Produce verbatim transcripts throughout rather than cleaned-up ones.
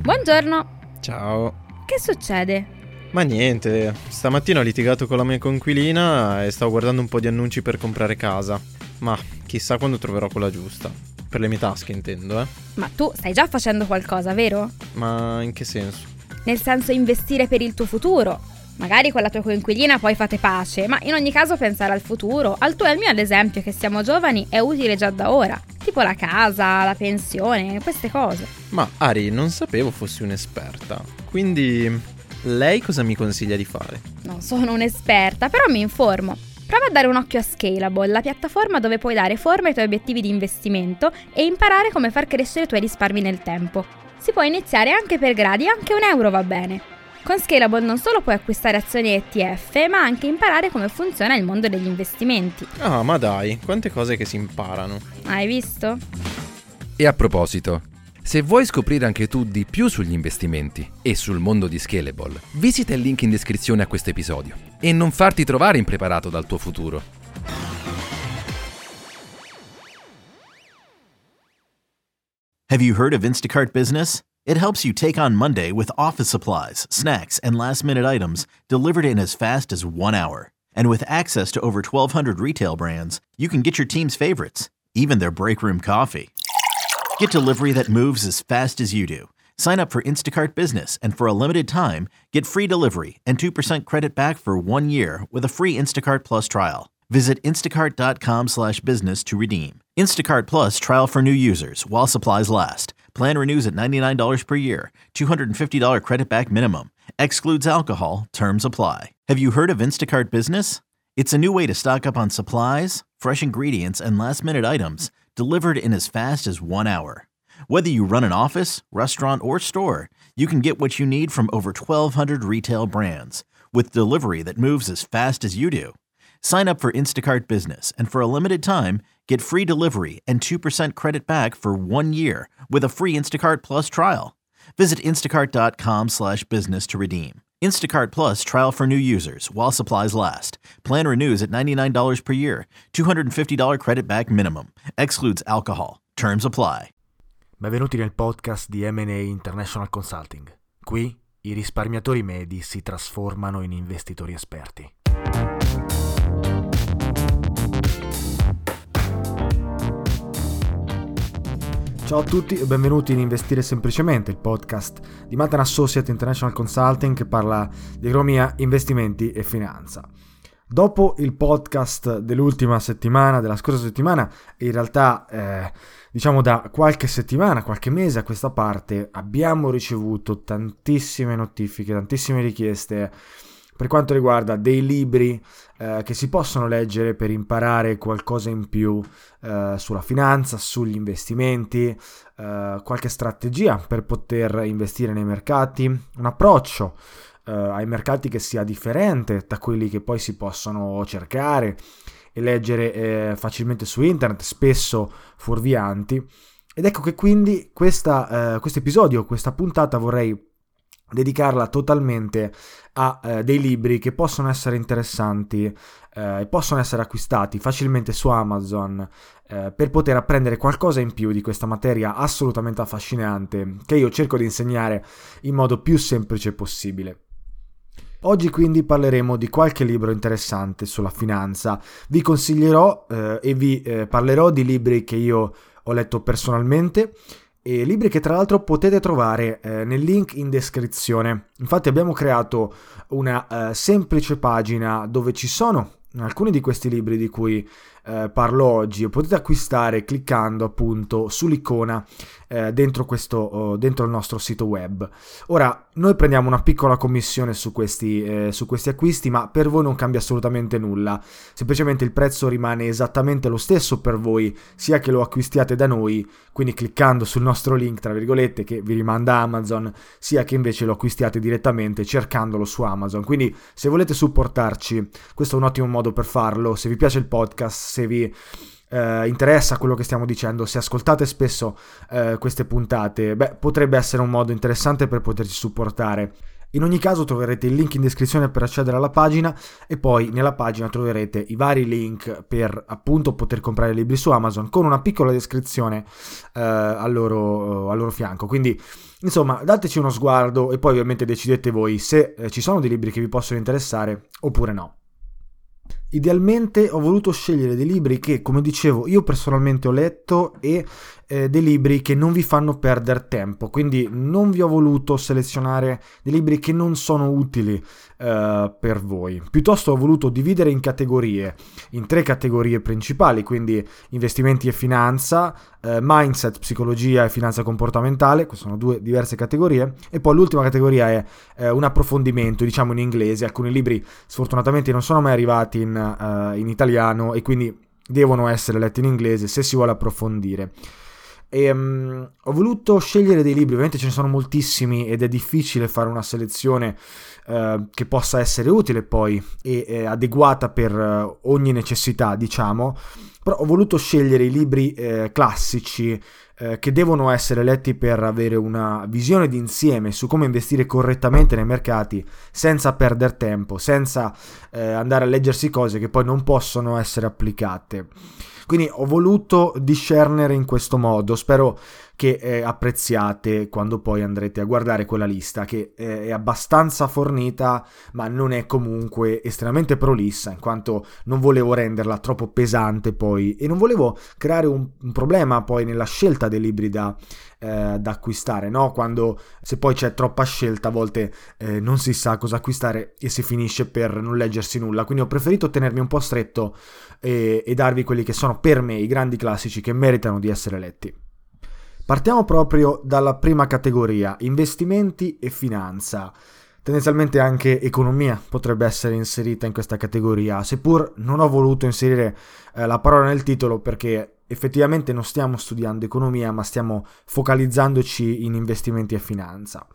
Buongiorno. Ciao. Che succede? Ma niente, stamattina ho litigato con la mia coinquilina e stavo guardando un po' di annunci per comprare casa. Ma chissà quando troverò quella giusta. Per le mie tasche intendo, eh. Ma tu stai già facendo qualcosa, vero? Ma in che senso? Nel senso investire per il tuo futuro. Magari con la tua coinquilina poi fate pace, ma in ogni caso pensare al futuro, al tuo e al mio ad esempio, che siamo giovani, è utile già da ora. Tipo la casa, la pensione, queste cose. Ma Ari, non sapevo fossi un'esperta. Quindi lei cosa mi consiglia di fare? Non sono un'esperta, però mi informo. Prova a dare un occhio a Scalable, la piattaforma dove puoi dare forma ai tuoi obiettivi di investimento e imparare come far crescere i tuoi risparmi nel tempo. Si può iniziare anche per gradi, anche un euro va bene. Con Scalable non solo puoi acquistare azioni E T F, ma anche imparare come funziona il mondo degli investimenti. Ah, ma dai, quante cose che si imparano. Hai visto? E a proposito, se vuoi scoprire anche tu di più sugli investimenti e sul mondo di Scalable, visita il link in descrizione a questo episodio e non farti trovare impreparato dal tuo futuro. Have you heard of Instacart Business? It helps you take on Monday with office supplies, snacks, and last-minute items delivered in as fast as one hour. And with access to over twelve hundred retail brands, you can get your team's favorites, even their break room coffee. Get delivery that moves as fast as you do. Sign up for Instacart Business, and for a limited time, get free delivery and two percent credit back for one year with a free Instacart Plus trial. Visit instacart.com slash business to redeem. Instacart Plus trial for new users while supplies last. Plan renews at ninety-nine dollars per year. two hundred fifty dollars credit back minimum. Excludes alcohol. Terms apply. Have you heard of Instacart Business? It's a new way to stock up on supplies, fresh ingredients, and last-minute items delivered in as fast as one hour. Whether you run an office, restaurant, or store, you can get what you need from over twelve hundred retail brands with delivery that moves as fast as you do. Sign up for Instacart Business, and for a limited time, get free delivery and two percent credit back for one year with a free Instacart Plus trial. Visit instacart.com slash business to redeem. Instacart Plus trial for new users while supplies last. Plan renews at ninety-nine dollars per year. two hundred fifty dollars credit back minimum. Excludes alcohol. Terms apply. Benvenuti nel podcast di M and A International Consulting. Qui i risparmiatori medi si trasformano in investitori esperti. Ciao a tutti e benvenuti in Investire Semplicemente, il podcast di Mantan Associate International Consulting che parla di economia, investimenti e finanza. Dopo il podcast dell'ultima settimana, della scorsa settimana, in realtà eh, diciamo da qualche settimana, qualche mese a questa parte, abbiamo ricevuto tantissime notifiche, tantissime richieste per quanto riguarda dei libri eh, che si possono leggere per imparare qualcosa in più eh, sulla finanza, sugli investimenti, eh, qualche strategia per poter investire nei mercati, un approccio eh, ai mercati che sia differente da quelli che poi si possono cercare e leggere eh, facilmente su internet, spesso fuorvianti. Ed ecco che quindi questa, eh, questo episodio, questa puntata vorrei dedicarla totalmente a eh, dei libri che possono essere interessanti e eh, possono essere acquistati facilmente su Amazon eh, per poter apprendere qualcosa in più di questa materia assolutamente affascinante che io cerco di insegnare in modo più semplice possibile. Oggi quindi parleremo di qualche libro interessante sulla finanza. Vi consiglierò eh, e vi eh, parlerò di libri che io ho letto personalmente e libri che tra l'altro potete trovare eh, nel link in descrizione. Infatti abbiamo creato una eh, semplice pagina dove ci sono alcuni di questi libri di cui eh, parlo oggi e potete acquistare cliccando appunto sull'icona eh, dentro questo oh, dentro il nostro sito web. Ora noi prendiamo una piccola commissione su questi eh, su questi acquisti, ma per voi non cambia assolutamente nulla, semplicemente il prezzo rimane esattamente lo stesso per voi sia che lo acquistiate da noi, quindi cliccando sul nostro link tra virgolette che vi rimanda Amazon, sia che invece lo acquistiate direttamente cercandolo su Amazon. Quindi se volete supportarci, questo è un ottimo modo per farlo. Se vi piace il podcast, se vi eh, interessa quello che stiamo dicendo, se ascoltate spesso eh, queste puntate, beh, potrebbe essere un modo interessante per poterci supportare. In ogni caso troverete il link in descrizione per accedere alla pagina e poi nella pagina troverete i vari link per appunto poter comprare libri su Amazon con una piccola descrizione eh, al, loro, al loro fianco. Quindi insomma dateci uno sguardo e poi ovviamente decidete voi se eh, ci sono dei libri che vi possono interessare oppure no. Idealmente ho voluto scegliere dei libri che, come dicevo, io personalmente ho letto e eh, dei libri che non vi fanno perdere tempo, quindi non vi ho voluto selezionare dei libri che non sono utili eh, per voi. Piuttosto ho voluto dividere in categorie, in tre categorie principali, quindi investimenti e finanza, eh, mindset, psicologia e finanza comportamentale, queste sono due diverse categorie, e poi l'ultima categoria è eh, un approfondimento, diciamo in inglese. Alcuni libri sfortunatamente non sono mai arrivati in Uh, in italiano e quindi devono essere letti in inglese se si vuole approfondire. E, um, ho voluto scegliere dei libri, ovviamente ce ne sono moltissimi ed è difficile fare una selezione uh, che possa essere utile poi e eh, adeguata per uh, ogni necessità, diciamo, però ho voluto scegliere i libri eh, classici eh, che devono essere letti per avere una visione d'insieme su come investire correttamente nei mercati senza perdere tempo, senza eh, andare a leggersi cose che poi non possono essere applicate. Quindi ho voluto discernere in questo modo, spero che eh, apprezziate quando poi andrete a guardare quella lista, che eh, è abbastanza fornita ma non è comunque estremamente prolissa, in quanto non volevo renderla troppo pesante poi e non volevo creare un, un problema poi nella scelta dei libri da, eh, da acquistare, no? Quando se poi c'è troppa scelta a volte eh, non si sa cosa acquistare e si finisce per non leggersi nulla, quindi ho preferito tenermi un po' stretto e, e darvi quelli che sono per me i grandi classici che meritano di essere letti. Partiamo proprio dalla prima categoria, investimenti e finanza. Tendenzialmente anche economia potrebbe essere inserita in questa categoria, seppur non ho voluto inserire eh, la parola nel titolo perché effettivamente non stiamo studiando economia, ma stiamo focalizzandoci in investimenti e finanza.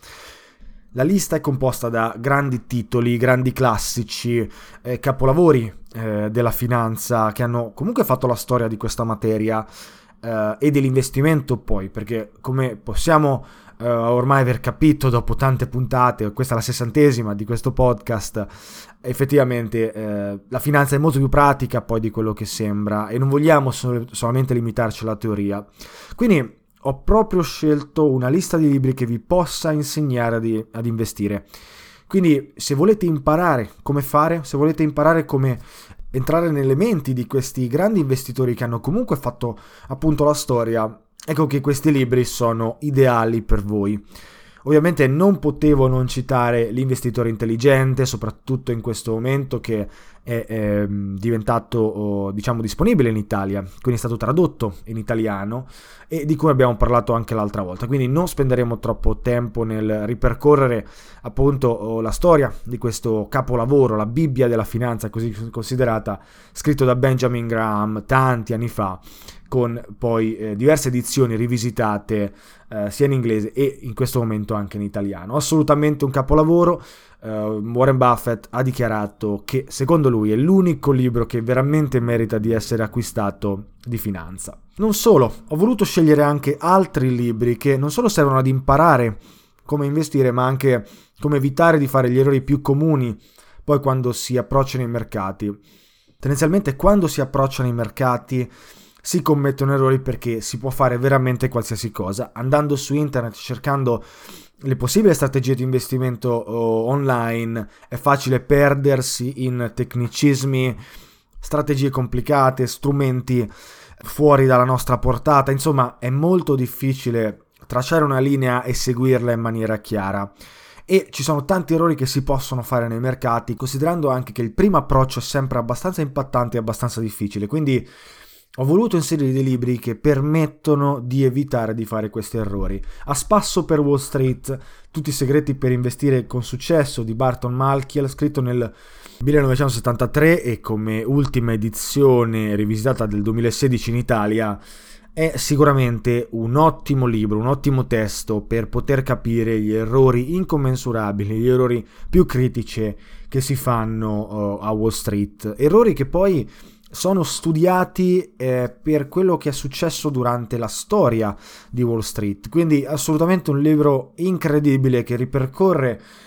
La lista è composta da grandi titoli, grandi classici, eh, capolavori eh, della finanza che hanno comunque fatto la storia di questa materia eh, e dell'investimento poi, perché come possiamo eh, ormai aver capito dopo tante puntate, questa è la sessantesima di questo podcast, effettivamente eh, la finanza è molto più pratica poi di quello che sembra e non vogliamo sol- solamente limitarci alla teoria. Quindi ho proprio scelto una lista di libri che vi possa insegnare ad, ad investire. Quindi se volete imparare come fare, se volete imparare come entrare nelle menti di questi grandi investitori che hanno comunque fatto appunto la storia, ecco che questi libri sono ideali per voi. Ovviamente non potevo non citare L'investitore intelligente, soprattutto in questo momento che è, è diventato oh, diciamo disponibile in Italia, quindi è stato tradotto in italiano e di cui abbiamo parlato anche l'altra volta, quindi non spenderemo troppo tempo nel ripercorrere appunto oh, la storia di questo capolavoro, la Bibbia della finanza così considerata, scritto da Benjamin Graham tanti anni fa, con poi eh, diverse edizioni rivisitate eh, sia in inglese e in questo momento anche in italiano. Assolutamente un capolavoro. uh, Warren Buffett ha dichiarato che secondo lui è l'unico libro che veramente merita di essere acquistato di finanza. Non solo, ho voluto scegliere anche altri libri che non solo servono ad imparare come investire, ma anche come evitare di fare gli errori più comuni poi quando si approcciano i mercati. Tendenzialmente quando si approcciano i mercati si commettono errori perché si può fare veramente qualsiasi cosa. Andando su internet, cercando le possibili strategie di investimento oh, online, è facile perdersi in tecnicismi, strategie complicate, strumenti fuori dalla nostra portata. Insomma, è molto difficile tracciare una linea e seguirla in maniera chiara. E ci sono tanti errori che si possono fare nei mercati, considerando anche che il primo approccio è sempre abbastanza impattante e abbastanza difficile. Quindi ho voluto inserire dei libri che permettono di evitare di fare questi errori. A spasso per Wall Street, tutti i segreti per investire con successo di Barton Malkiel, scritto nel millenovecentosettantatré e come ultima edizione rivisitata del duemilasedici in Italia, è sicuramente un ottimo libro, un ottimo testo per poter capire gli errori incommensurabili, gli errori più critici che si fanno uh, a Wall Street. Errori che poi sono studiati eh, per quello che è successo durante la storia di Wall Street, quindi assolutamente un libro incredibile che ripercorre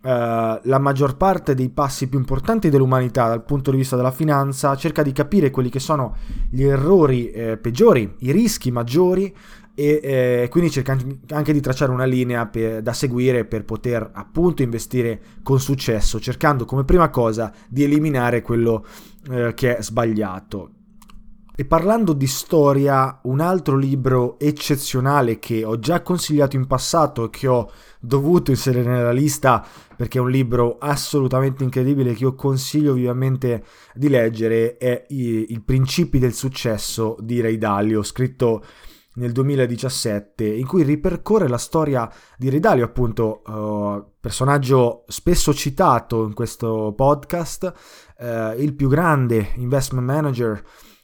la maggior parte dei passi più importanti dell'umanità dal punto di vista della finanza, cerca di capire quelli che sono gli errori eh, peggiori, i rischi maggiori, e eh, quindi cerca anche di tracciare una linea per, da seguire per poter appunto investire con successo, cercando come prima cosa di eliminare quello eh, che è sbagliato. E parlando di storia, un altro libro eccezionale che ho già consigliato in passato e che ho dovuto inserire nella lista perché è un libro assolutamente incredibile che io consiglio vivamente di leggere, è I, I principi del successo di Ray Dalio, scritto nel duemiladiciassette, in cui ripercorre la storia di Ray Dalio, appunto uh, personaggio spesso citato in questo podcast, uh, il più grande investment manager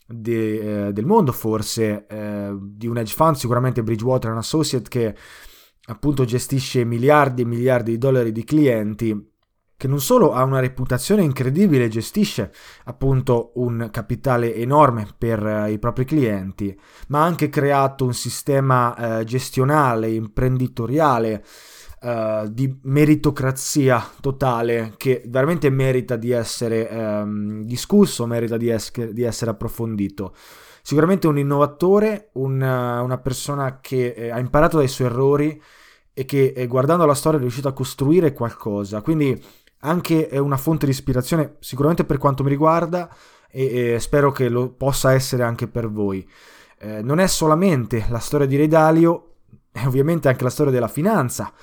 De, eh, del mondo, forse eh, di un hedge fund, sicuramente Bridgewater and Associates, che appunto gestisce miliardi e miliardi di dollari di clienti, che non solo ha una reputazione incredibile, gestisce appunto un capitale enorme per eh, i propri clienti, ma ha anche creato un sistema eh, gestionale, imprenditoriale, Uh, di meritocrazia totale che veramente merita di essere um, discusso, merita di, es- di essere approfondito. Sicuramente un innovatore, un, uh, una persona che eh, ha imparato dai suoi errori e che eh, guardando la storia è riuscito a costruire qualcosa, quindi anche è una fonte di ispirazione sicuramente per quanto mi riguarda e, e spero che lo possa essere anche per voi. Eh, non è solamente la storia di Ray Dalio, è ovviamente anche la storia della finanza,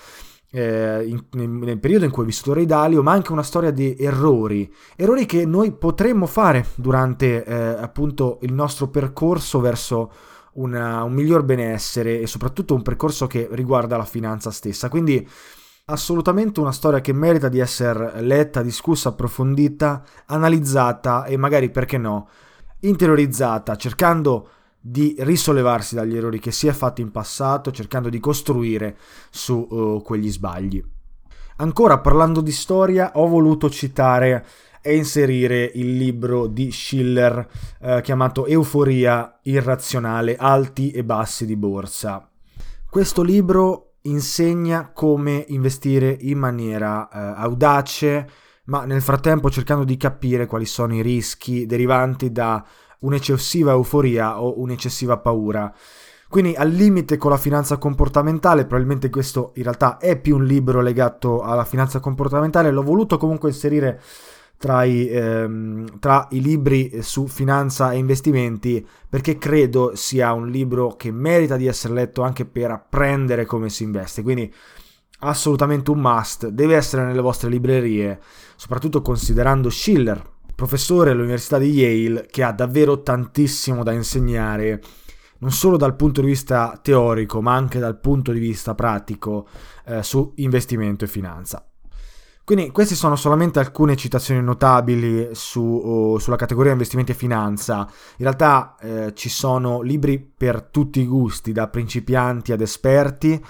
Eh, in, nel periodo in cui è vissuto Ray Dalio, ma anche una storia di errori errori che noi potremmo fare durante eh, appunto il nostro percorso verso una, un miglior benessere e soprattutto un percorso che riguarda la finanza stessa. Quindi assolutamente una storia che merita di essere letta, discussa, approfondita, analizzata e magari, perché no, interiorizzata, cercando di risollevarsi dagli errori che si è fatto in passato, cercando di costruire su uh, quegli sbagli. Ancora parlando di storia, ho voluto citare e inserire il libro di Shiller uh, chiamato Euforia irrazionale, alti e bassi di borsa. Questo libro insegna come investire in maniera uh, audace, ma nel frattempo cercando di capire quali sono i rischi derivanti da un'eccessiva euforia o un'eccessiva paura. Quindi al limite con la finanza comportamentale, probabilmente questo in realtà è più un libro legato alla finanza comportamentale, l'ho voluto comunque inserire tra i, ehm, tra i libri su finanza e investimenti perché credo sia un libro che merita di essere letto anche per apprendere come si investe, quindi assolutamente un must, deve essere nelle vostre librerie, soprattutto considerando Shiller, professore all'Università di Yale, che ha davvero tantissimo da insegnare, non solo dal punto di vista teorico, ma anche dal punto di vista pratico eh, su investimento e finanza. Quindi queste sono solamente alcune citazioni notabili su, uh, sulla categoria investimenti e finanza. In realtà eh, ci sono libri per tutti i gusti, da principianti ad esperti,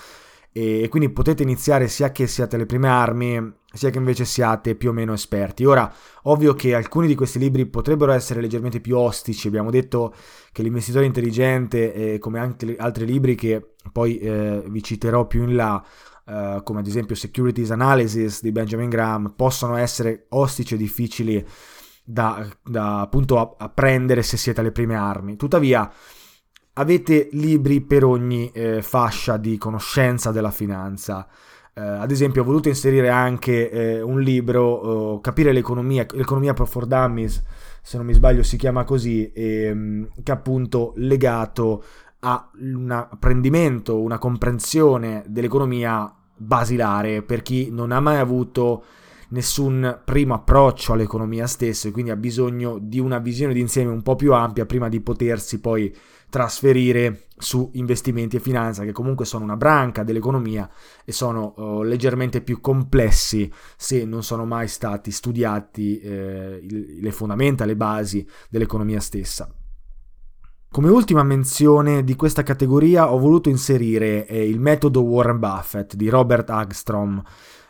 e quindi potete iniziare sia che siate le prime armi sia che invece siate più o meno esperti. Ora, ovvio che alcuni di questi libri potrebbero essere leggermente più ostici, abbiamo detto che l'investitore intelligente, eh, come anche altri libri che poi eh, vi citerò più in là, eh, come ad esempio Securities Analysis di Benjamin Graham, possono essere ostici e difficili da, da appunto apprendere se siete alle prime armi. Tuttavia avete libri per ogni eh, fascia di conoscenza della finanza. Eh, ad esempio ho voluto inserire anche eh, un libro, eh, Capire l'economia, l'economia for Dummies, se non mi sbaglio si chiama così, ehm, che è appunto legato a un apprendimento, una comprensione dell'economia basilare per chi non ha mai avuto nessun primo approccio all'economia stessa e quindi ha bisogno di una visione d'insieme un po' più ampia prima di potersi poi trasferire su investimenti e finanza, che comunque sono una branca dell'economia e sono uh, leggermente più complessi se non sono mai stati studiati eh, le fondamenta, le basi dell'economia stessa. Come ultima menzione di questa categoria ho voluto inserire eh, il metodo Warren Buffett di Robert Hagstrom,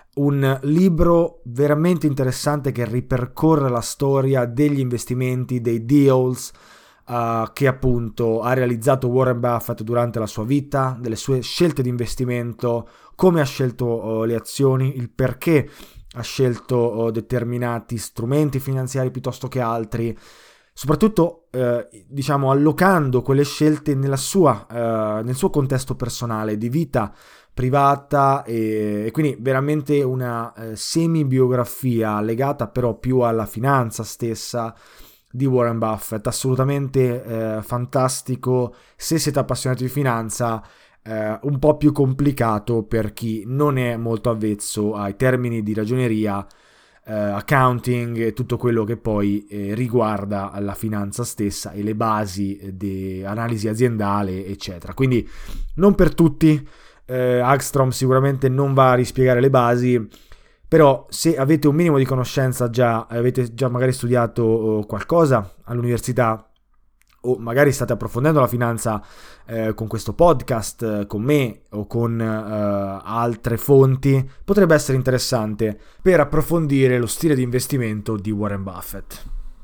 un libro veramente interessante che ripercorre la storia degli investimenti, dei deals uh, che appunto ha realizzato Warren Buffett durante la sua vita, delle sue scelte di investimento, come ha scelto uh, le azioni, il perché ha scelto determinati strumenti finanziari piuttosto che altri, soprattutto eh, diciamo allocando quelle scelte nella sua, eh, nel suo contesto personale di vita privata, e, e quindi veramente una eh, semi-biografia legata però più alla finanza stessa di Warren Buffett. Assolutamente eh, fantastico se siete appassionati di finanza, eh, un po' più complicato per chi non è molto avvezzo ai termini di ragioneria, eh, accounting e tutto quello che poi eh, riguarda la finanza stessa e le basi di analisi aziendale, eccetera. Quindi non per tutti. eh, Hagstrom sicuramente non va a rispiegare le basi, però se avete un minimo di conoscenza, già avete già magari studiato qualcosa all'università o magari state approfondendo la finanza eh, con questo podcast, eh, con me o con eh, altre fonti, potrebbe essere interessante per approfondire lo stile di investimento di Warren Buffett.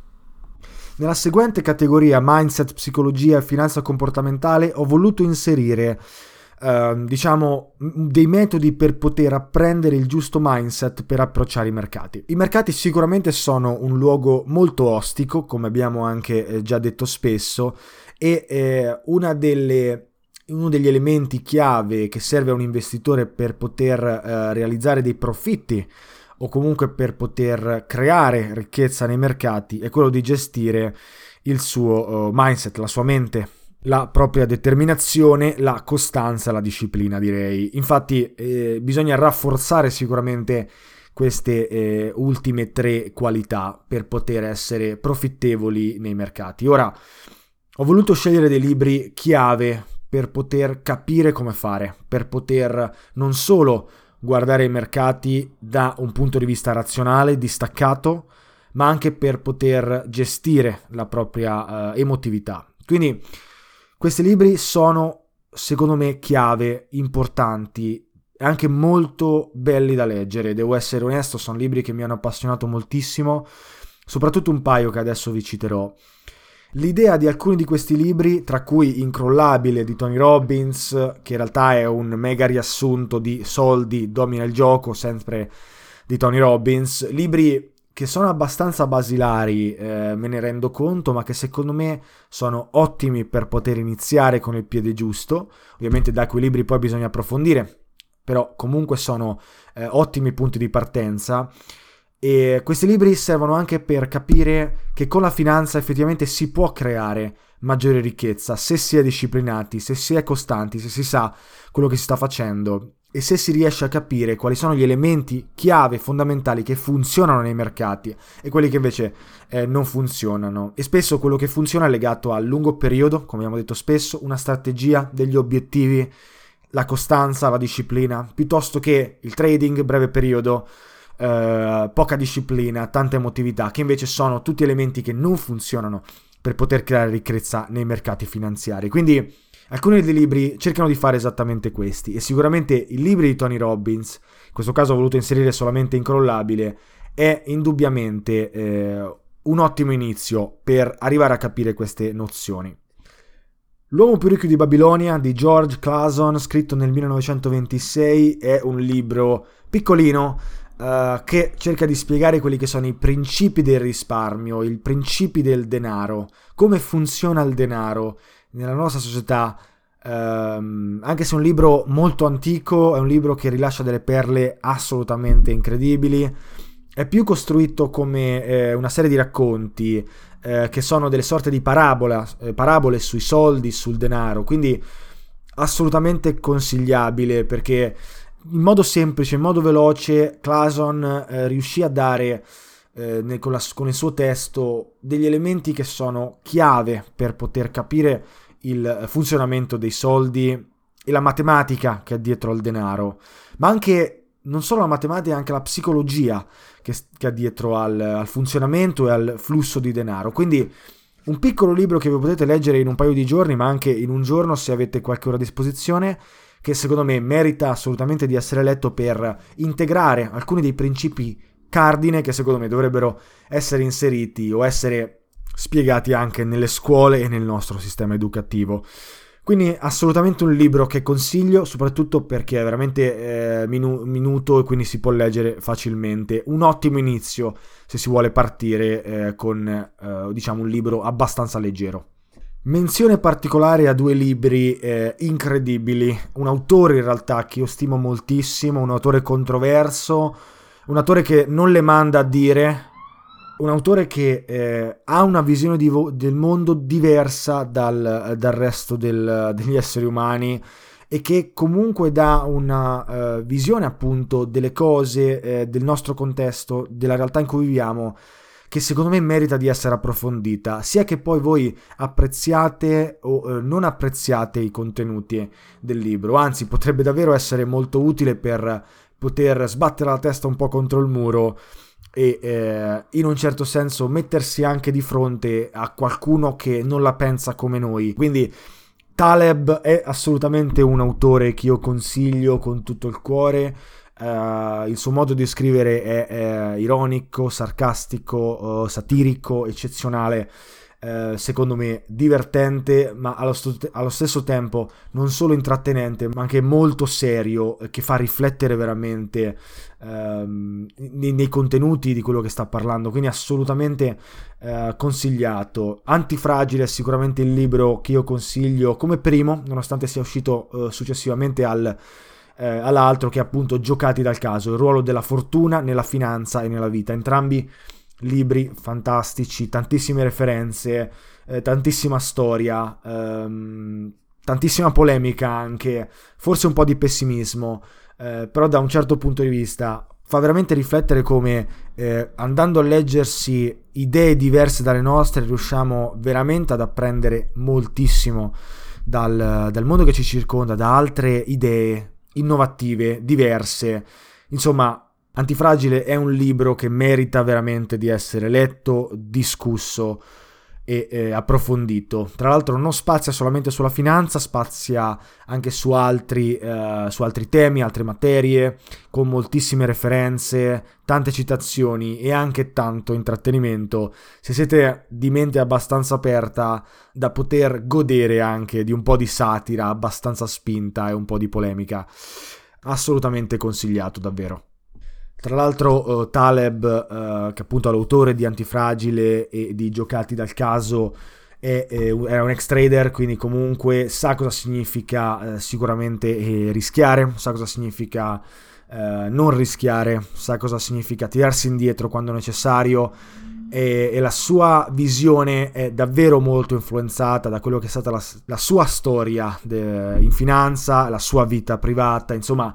Nella seguente categoria, mindset, psicologia e finanza comportamentale, ho voluto inserire Uh, diciamo dei metodi per poter apprendere il giusto mindset per approcciare i mercati. I mercati sicuramente sono un luogo molto ostico, come abbiamo anche eh, già detto spesso, e eh, una delle, uno degli elementi chiave che serve a un investitore per poter eh, realizzare dei profitti o comunque per poter creare ricchezza nei mercati è quello di gestire il suo uh, mindset, la sua mente, la propria determinazione, la costanza, la disciplina, direi. Infatti eh, bisogna rafforzare sicuramente queste eh, ultime tre qualità per poter essere profittevoli nei mercati. Ora, ho voluto scegliere dei libri chiave per poter capire come fare, per poter non solo guardare i mercati da un punto di vista razionale, distaccato, ma anche per poter gestire la propria eh, emotività. Quindi questi libri sono, secondo me, chiave, importanti, anche molto belli da leggere. Devo essere onesto, sono libri che mi hanno appassionato moltissimo, soprattutto un paio che adesso vi citerò. L'idea di alcuni di questi libri, tra cui Incrollabile di Tony Robbins, che in realtà è un mega riassunto di Soldi, domina il gioco, sempre di Tony Robbins, libri che sono abbastanza basilari, eh, me ne rendo conto, ma che secondo me sono ottimi per poter iniziare con il piede giusto. Ovviamente da quei libri poi bisogna approfondire, però comunque sono eh, ottimi punti di partenza. E questi libri servono anche per capire che con la finanza effettivamente si può creare maggiore ricchezza se si è disciplinati, se si è costanti, se si sa quello che si sta facendo e se si riesce a capire quali sono gli elementi chiave fondamentali che funzionano nei mercati e quelli che invece eh, non funzionano. E spesso quello che funziona è legato al lungo periodo, come abbiamo detto spesso, una strategia, degli obiettivi, la costanza, la disciplina, piuttosto che il trading breve periodo, eh, poca disciplina, tanta emotività, che invece sono tutti elementi che non funzionano per poter creare ricchezza nei mercati finanziari. Quindi alcuni dei libri cercano di fare esattamente questi, e sicuramente i libri di Tony Robbins, in questo caso ho voluto inserire solamente Incrollabile, è indubbiamente eh, un ottimo inizio per arrivare a capire queste nozioni. L'uomo più ricco di Babilonia di George Clason, scritto nel millenovecentoventisei, è un libro piccolino uh, che cerca di spiegare quelli che sono i principi del risparmio, i principi del denaro, come funziona il denaro nella nostra società. Um, anche se è un libro molto antico, è un libro che rilascia delle perle assolutamente incredibili. È più costruito come eh, una serie di racconti eh, che sono delle sorte di parabola, eh, parabole sui soldi, sul denaro, quindi assolutamente consigliabile, perché in modo semplice, in modo veloce, Clason eh, riuscì a dare eh, nel, con, la, con il suo testo degli elementi che sono chiave per poter capire il funzionamento dei soldi e la matematica che è dietro al denaro, ma anche non solo la matematica, anche la psicologia che, che è dietro al, al funzionamento e al flusso di denaro. Quindi un piccolo libro che vi potete leggere in un paio di giorni, ma anche in un giorno se avete qualche ora a disposizione, che secondo me merita assolutamente di essere letto per integrare alcuni dei principi cardine che secondo me dovrebbero essere inseriti o essere spiegati anche nelle scuole e nel nostro sistema educativo. Quindi assolutamente un libro che consiglio, soprattutto perché è veramente eh, minu- minuto e quindi si può leggere facilmente. Un ottimo inizio se si vuole partire eh, con eh, diciamo un libro abbastanza leggero. Menzione particolare a due libri eh, incredibili, un autore in realtà che io stimo moltissimo, un autore controverso, un autore che non le manda a dire, un autore che eh, ha una visione di vo- del mondo diversa dal, dal resto del, degli esseri umani e che comunque dà una uh, visione appunto delle cose, eh, del nostro contesto, della realtà in cui viviamo, che secondo me merita di essere approfondita, sia che poi voi apprezziate o eh, non apprezziate i contenuti del libro, anzi potrebbe davvero essere molto utile per poter sbattere la testa un po' contro il muro e eh, in un certo senso mettersi anche di fronte a qualcuno che non la pensa come noi. Quindi Taleb è assolutamente un autore che io consiglio con tutto il cuore. Uh, il suo modo di scrivere è, è ironico, sarcastico, uh, satirico, eccezionale, uh, secondo me divertente, ma allo, st- allo stesso tempo non solo intrattenente, ma anche molto serio, che fa riflettere veramente uh, nei, nei contenuti di quello che sta parlando, quindi assolutamente uh, consigliato. Antifragile è sicuramente il libro che io consiglio come primo, nonostante sia uscito uh, successivamente al Eh, all'altro, che è appunto Giocati dal caso, il ruolo della fortuna nella finanza e nella vita. Entrambi libri fantastici, tantissime referenze, eh, tantissima storia, ehm, tantissima polemica anche, forse un po' di pessimismo, eh, però da un certo punto di vista fa veramente riflettere come eh, andando a leggersi idee diverse dalle nostre riusciamo veramente ad apprendere moltissimo dal, dal mondo che ci circonda, da altre idee innovative, diverse. Insomma, Antifragile è un libro che merita veramente di essere letto, discusso e eh, approfondito. Tra l'altro non spazia solamente sulla finanza, spazia anche su altri, eh, su altri temi, altre materie, con moltissime referenze, tante citazioni e anche tanto intrattenimento, se siete di mente abbastanza aperta da poter godere anche di un po' di satira abbastanza spinta e un po' di polemica. Assolutamente consigliato, davvero. Tra l'altro uh, Taleb, uh, che appunto è l'autore di Antifragile e di Giocati dal caso, è, è, è un ex trader, quindi comunque sa cosa significa uh, sicuramente eh, rischiare, sa cosa significa uh, non rischiare, sa cosa significa tirarsi indietro quando necessario, e, e la sua visione è davvero molto influenzata da quello che è stata la, la sua storia de, in finanza, la sua vita privata, insomma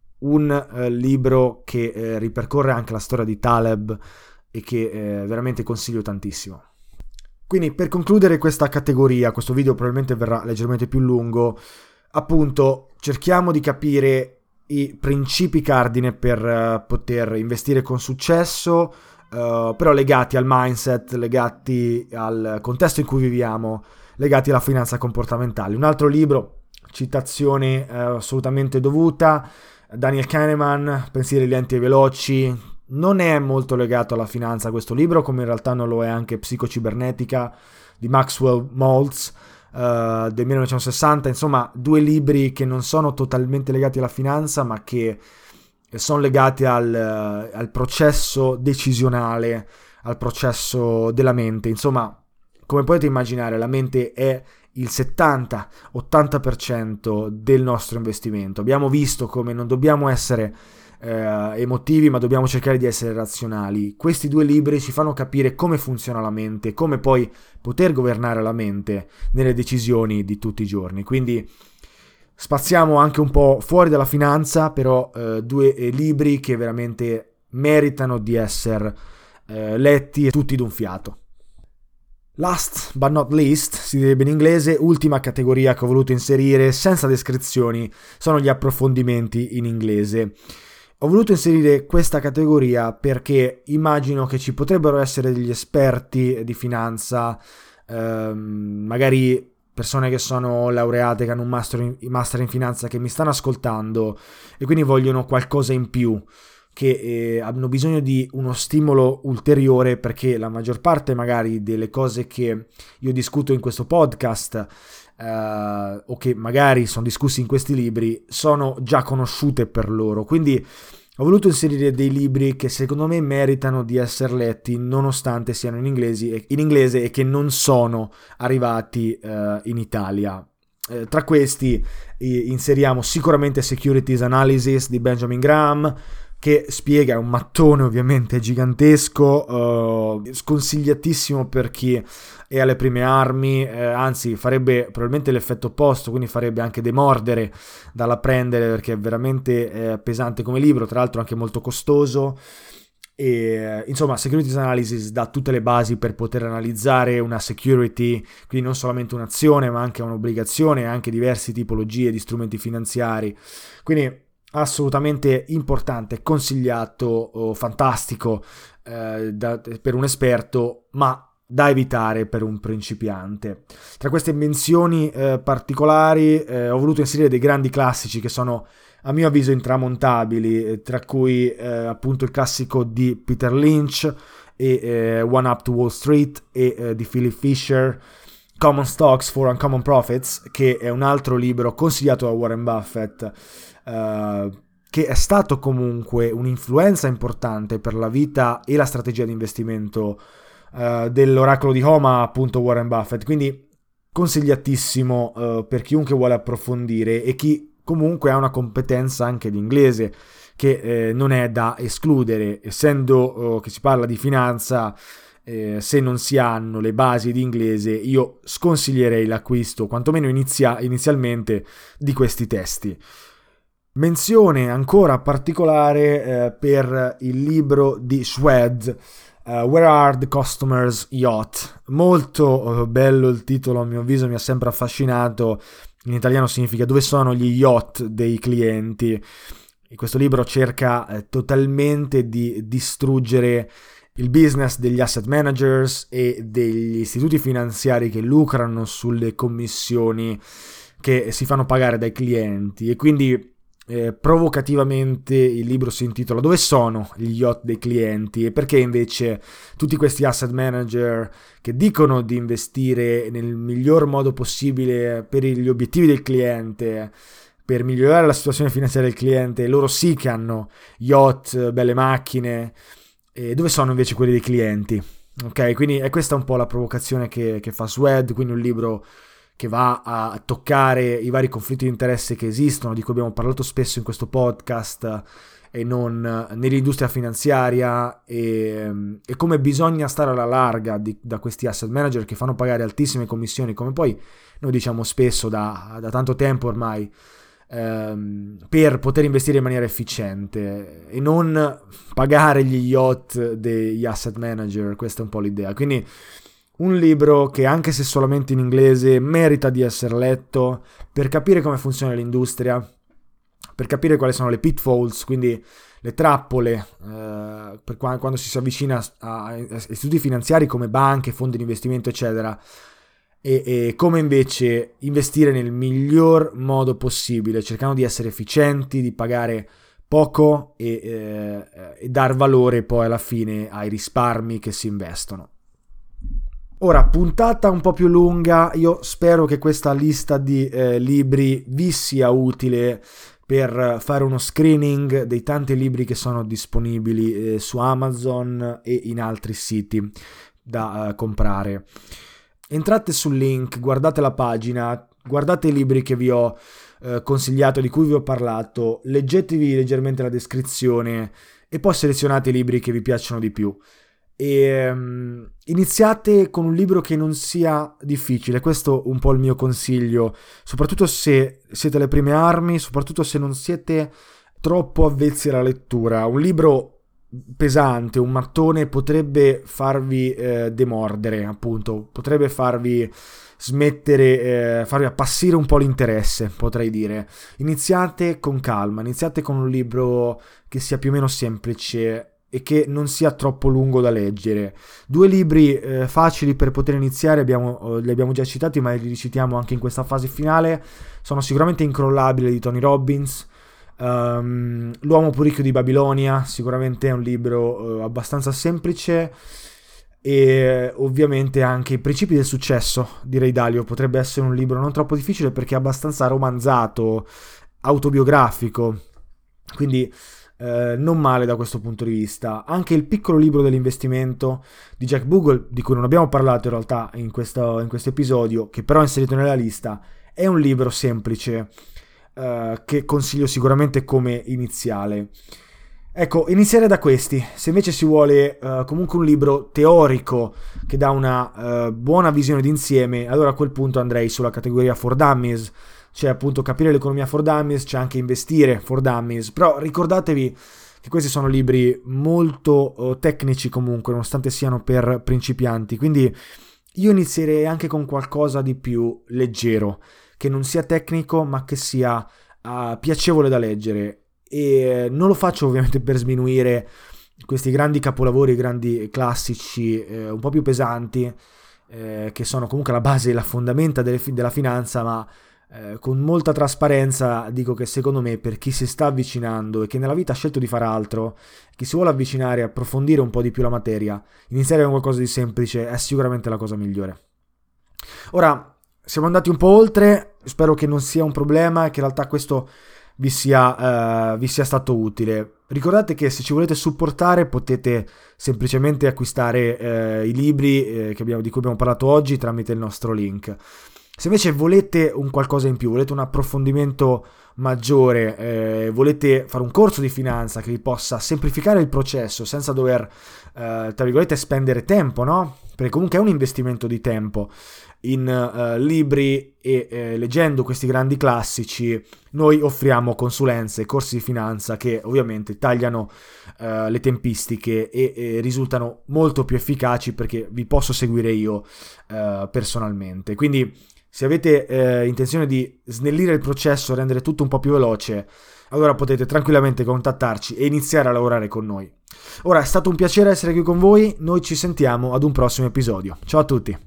un eh, libro che eh, ripercorre anche la storia di Taleb e che eh, veramente consiglio tantissimo. Quindi, per concludere questa categoria, questo video probabilmente verrà leggermente più lungo, appunto cerchiamo di capire i principi cardine per uh, poter investire con successo, uh, però legati al mindset, legati al contesto in cui viviamo, legati alla finanza comportamentale. Un altro libro, citazione uh, assolutamente dovuta, Daniel Kahneman, Pensieri lenti e veloci. Non è molto legato alla finanza questo libro, come in realtà non lo è anche Psicocibernetica di Maxwell Maltz uh, del millenovecentosessanta. Insomma, due libri che non sono totalmente legati alla finanza, ma che sono legati al, al processo decisionale, al processo della mente. Insomma, come potete immaginare, la mente è il settanta ottanta per cento del nostro investimento. Abbiamo visto come non dobbiamo essere eh, emotivi, ma dobbiamo cercare di essere razionali. Questi due libri ci fanno capire come funziona la mente, come poi poter governare la mente nelle decisioni di tutti i giorni. Quindi spaziamo anche un po' fuori dalla finanza, però eh, due eh, libri che veramente meritano di essere eh, letti tutti d'un fiato. Last but not least, si direbbe in inglese, ultima categoria che ho voluto inserire senza descrizioni, sono gli approfondimenti in inglese. Ho voluto inserire questa categoria perché immagino che ci potrebbero essere degli esperti di finanza, ehm, magari persone che sono laureate, che hanno un master in, master in finanza, che mi stanno ascoltando e quindi vogliono qualcosa in più, che eh, hanno bisogno di uno stimolo ulteriore, perché la maggior parte magari delle cose che io discuto in questo podcast eh, o che magari sono discussi in questi libri sono già conosciute per loro, quindi ho voluto inserire dei libri che secondo me meritano di essere letti nonostante siano in, inglesi, in inglese e che non sono arrivati eh, in Italia. Eh, tra questi eh, inseriamo sicuramente Securities Analysis di Benjamin Graham, che spiega, è un mattone ovviamente gigantesco, eh, sconsigliatissimo per chi è alle prime armi, eh, anzi farebbe probabilmente l'effetto opposto, quindi farebbe anche demordere dalla prendere, perché è veramente eh, pesante come libro, tra l'altro anche molto costoso. E, insomma, Securities Analysis dà tutte le basi per poter analizzare una security, quindi non solamente un'azione ma anche un'obbligazione, anche diverse tipologie di strumenti finanziari, quindi assolutamente importante, consigliato, oh, fantastico eh, da, per un esperto, ma da evitare per un principiante. Tra queste menzioni eh, particolari eh, ho voluto inserire dei grandi classici che sono a mio avviso intramontabili, eh, tra cui eh, appunto il classico di Peter Lynch e eh, One Up to Wall Street e eh, di Philip Fisher, Common Stocks for Uncommon Profits, che è un altro libro consigliato da Warren Buffett, Uh, che è stato comunque un'influenza importante per la vita e la strategia di investimento uh, dell'oracolo di Omaha, appunto Warren Buffett, quindi consigliatissimo uh, per chiunque vuole approfondire e chi comunque ha una competenza anche di inglese, che eh, non è da escludere, essendo uh, che si parla di finanza. Eh, se non si hanno le basi di inglese, io sconsiglierei l'acquisto, quantomeno inizia- inizialmente, di questi testi. Menzione ancora particolare eh, per il libro di Shwed, uh, Where Are the Customers' Yacht? Molto uh, bello il titolo, a mio avviso mi ha sempre affascinato. In italiano significa Dove sono gli yacht dei clienti? E questo libro cerca eh, totalmente di distruggere il business degli asset managers e degli istituti finanziari che lucrano sulle commissioni che si fanno pagare dai clienti, e quindi Eh, provocativamente il libro si intitola Dove sono gli yacht dei clienti, e perché invece tutti questi asset manager che dicono di investire nel miglior modo possibile per gli obiettivi del cliente, per migliorare la situazione finanziaria del cliente, loro sì che hanno yacht, belle macchine, e dove sono invece quelli dei clienti? Ok, quindi è questa un po' la provocazione che, che fa Swed, quindi un libro che va a toccare i vari conflitti di interesse che esistono, di cui abbiamo parlato spesso in questo podcast, e non nell'industria finanziaria, e, e come bisogna stare alla larga di, da questi asset manager che fanno pagare altissime commissioni, come poi noi diciamo spesso da, da tanto tempo ormai, ehm, per poter investire in maniera efficiente e non pagare gli yacht degli asset manager. Questa è un po' l'idea, quindi un libro che, anche se solamente in inglese, merita di essere letto per capire come funziona l'industria, per capire quali sono le pitfalls, quindi le trappole, eh, per quando si si avvicina a, a istituti finanziari come banche, fondi di investimento, eccetera, e, e come invece investire nel miglior modo possibile, cercando di essere efficienti, di pagare poco e, eh, e dar valore poi alla fine ai risparmi che si investono. Ora, puntata un po' più lunga, io spero che questa lista di eh, libri vi sia utile per fare uno screening dei tanti libri che sono disponibili eh, su Amazon e in altri siti da eh, comprare. Entrate sul link, guardate la pagina, guardate i libri che vi ho eh, consigliato, di cui vi ho parlato, leggetevi leggermente la descrizione e poi selezionate i libri che vi piacciono di più. E um, iniziate con un libro che non sia difficile, questo è un po' il mio consiglio, soprattutto se siete alle prime armi, soprattutto se non siete troppo avvezzi alla lettura. Un libro pesante, un mattone, potrebbe farvi eh, demordere, appunto, potrebbe farvi smettere, eh, farvi appassire un po' l'interesse, potrei dire. Iniziate con calma, iniziate con un libro che sia più o meno semplice e che non sia troppo lungo da leggere. Due libri eh, facili per poter iniziare, abbiamo, li abbiamo già citati, ma li ricitiamo anche in questa fase finale. Sono sicuramente Incrollabile di Tony Robbins, um, L'uomo più ricco di Babilonia, sicuramente è un libro uh, abbastanza semplice, e ovviamente anche I principi del successo di Ray Dalio. Potrebbe essere un libro non troppo difficile perché è abbastanza romanzato, autobiografico, quindi eh, non male da questo punto di vista. Anche Il piccolo libro dell'investimento di Jack Bogle, di cui non abbiamo parlato in realtà in questo, in questo episodio, che però è inserito nella lista, è un libro semplice eh, che consiglio sicuramente come iniziale. Ecco, iniziare da questi. Se invece si vuole uh, comunque un libro teorico che dà una uh, buona visione d'insieme, allora a quel punto andrei sulla categoria for dummies, cioè appunto capire l'economia for dummies, c'è anche investire for dummies, però ricordatevi che questi sono libri molto uh, tecnici comunque, nonostante siano per principianti, quindi io inizierei anche con qualcosa di più leggero, che non sia tecnico ma che sia uh, piacevole da leggere. E non lo faccio ovviamente per sminuire questi grandi capolavori, grandi classici eh, un po' più pesanti, eh, che sono comunque la base e la fondamenta delle, della finanza, ma eh, con molta trasparenza dico che secondo me per chi si sta avvicinando e che nella vita ha scelto di fare altro, chi si vuole avvicinare e approfondire un po' di più la materia, iniziare con qualcosa di semplice è sicuramente la cosa migliore. Ora, siamo andati un po' oltre, spero che non sia un problema e che in realtà questo vi sia, uh, vi sia stato utile. Ricordate che se ci volete supportare potete semplicemente acquistare uh, i libri eh, che abbiamo, di cui abbiamo parlato oggi tramite il nostro link. Se invece volete un qualcosa in più, volete un approfondimento maggiore, eh, volete fare un corso di finanza che vi possa semplificare il processo senza dover, eh, tra virgolette, spendere tempo, no? Perché comunque è un investimento di tempo. In uh, libri e eh, leggendo questi grandi classici noi offriamo consulenze, corsi di finanza che ovviamente tagliano uh, le tempistiche e, e risultano molto più efficaci perché vi posso seguire io uh, personalmente. Quindi se avete uh, intenzione di snellire il processo, rendere tutto un po' più veloce, allora potete tranquillamente contattarci e iniziare a lavorare con noi. Ora è stato un piacere essere qui con voi, noi ci sentiamo ad un prossimo episodio. Ciao a tutti!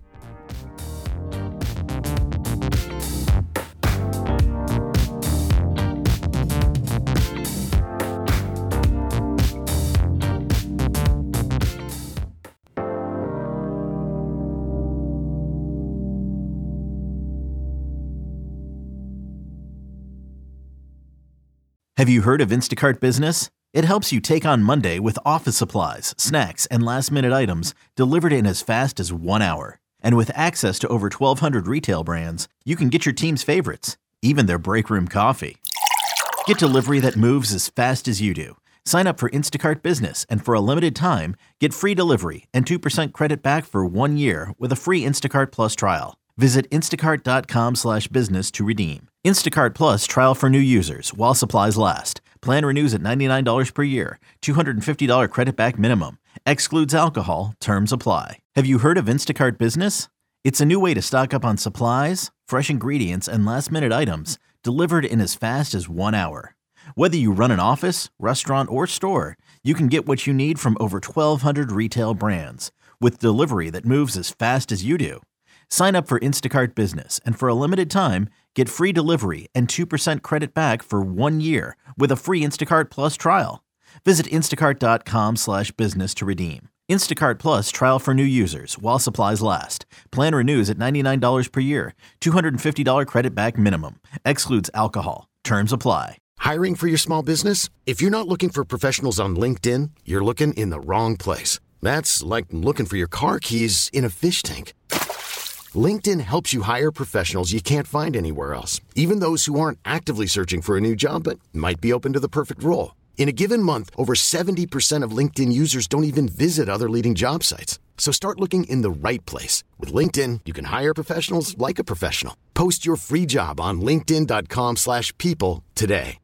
Have you heard of Instacart Business? It helps you take on Monday with office supplies, snacks, and last-minute items delivered in as fast as one hour. And with access to over twelve hundred retail brands, you can get your team's favorites, even their break room coffee. Get delivery that moves as fast as you do. Sign up for Instacart Business, and for a limited time, get free delivery and two percent credit back for one year with a free Instacart Plus trial. Visit instacart.com slash business to redeem. Instacart Plus trial for new users while supplies last. Plan renews at ninety-nine dollars per year. two hundred fifty dollars credit back minimum. Excludes alcohol. Terms apply. Have you heard of Instacart Business? It's a new way to stock up on supplies, fresh ingredients, and last-minute items delivered in as fast as one hour. Whether you run an office, restaurant, or store, you can get what you need from over twelve hundred retail brands with delivery that moves as fast as you do. Sign up for Instacart Business, and for a limited time, get free delivery and two percent credit back for one year with a free Instacart Plus trial. Visit instacart.com slash business to redeem. Instacart Plus trial for new users while supplies last. Plan renews at ninety-nine dollars per year. two hundred fifty dollars credit back minimum. Excludes alcohol. Terms apply. Hiring for your small business? If you're not looking for professionals on LinkedIn, you're looking in the wrong place. That's like looking for your car keys in a fish tank. LinkedIn helps you hire professionals you can't find anywhere else, even those who aren't actively searching for a new job but might be open to the perfect role. In a given month, over seventy percent of LinkedIn users don't even visit other leading job sites. So start looking in the right place. With LinkedIn, you can hire professionals like a professional. Post your free job on linkedin.com slash people today.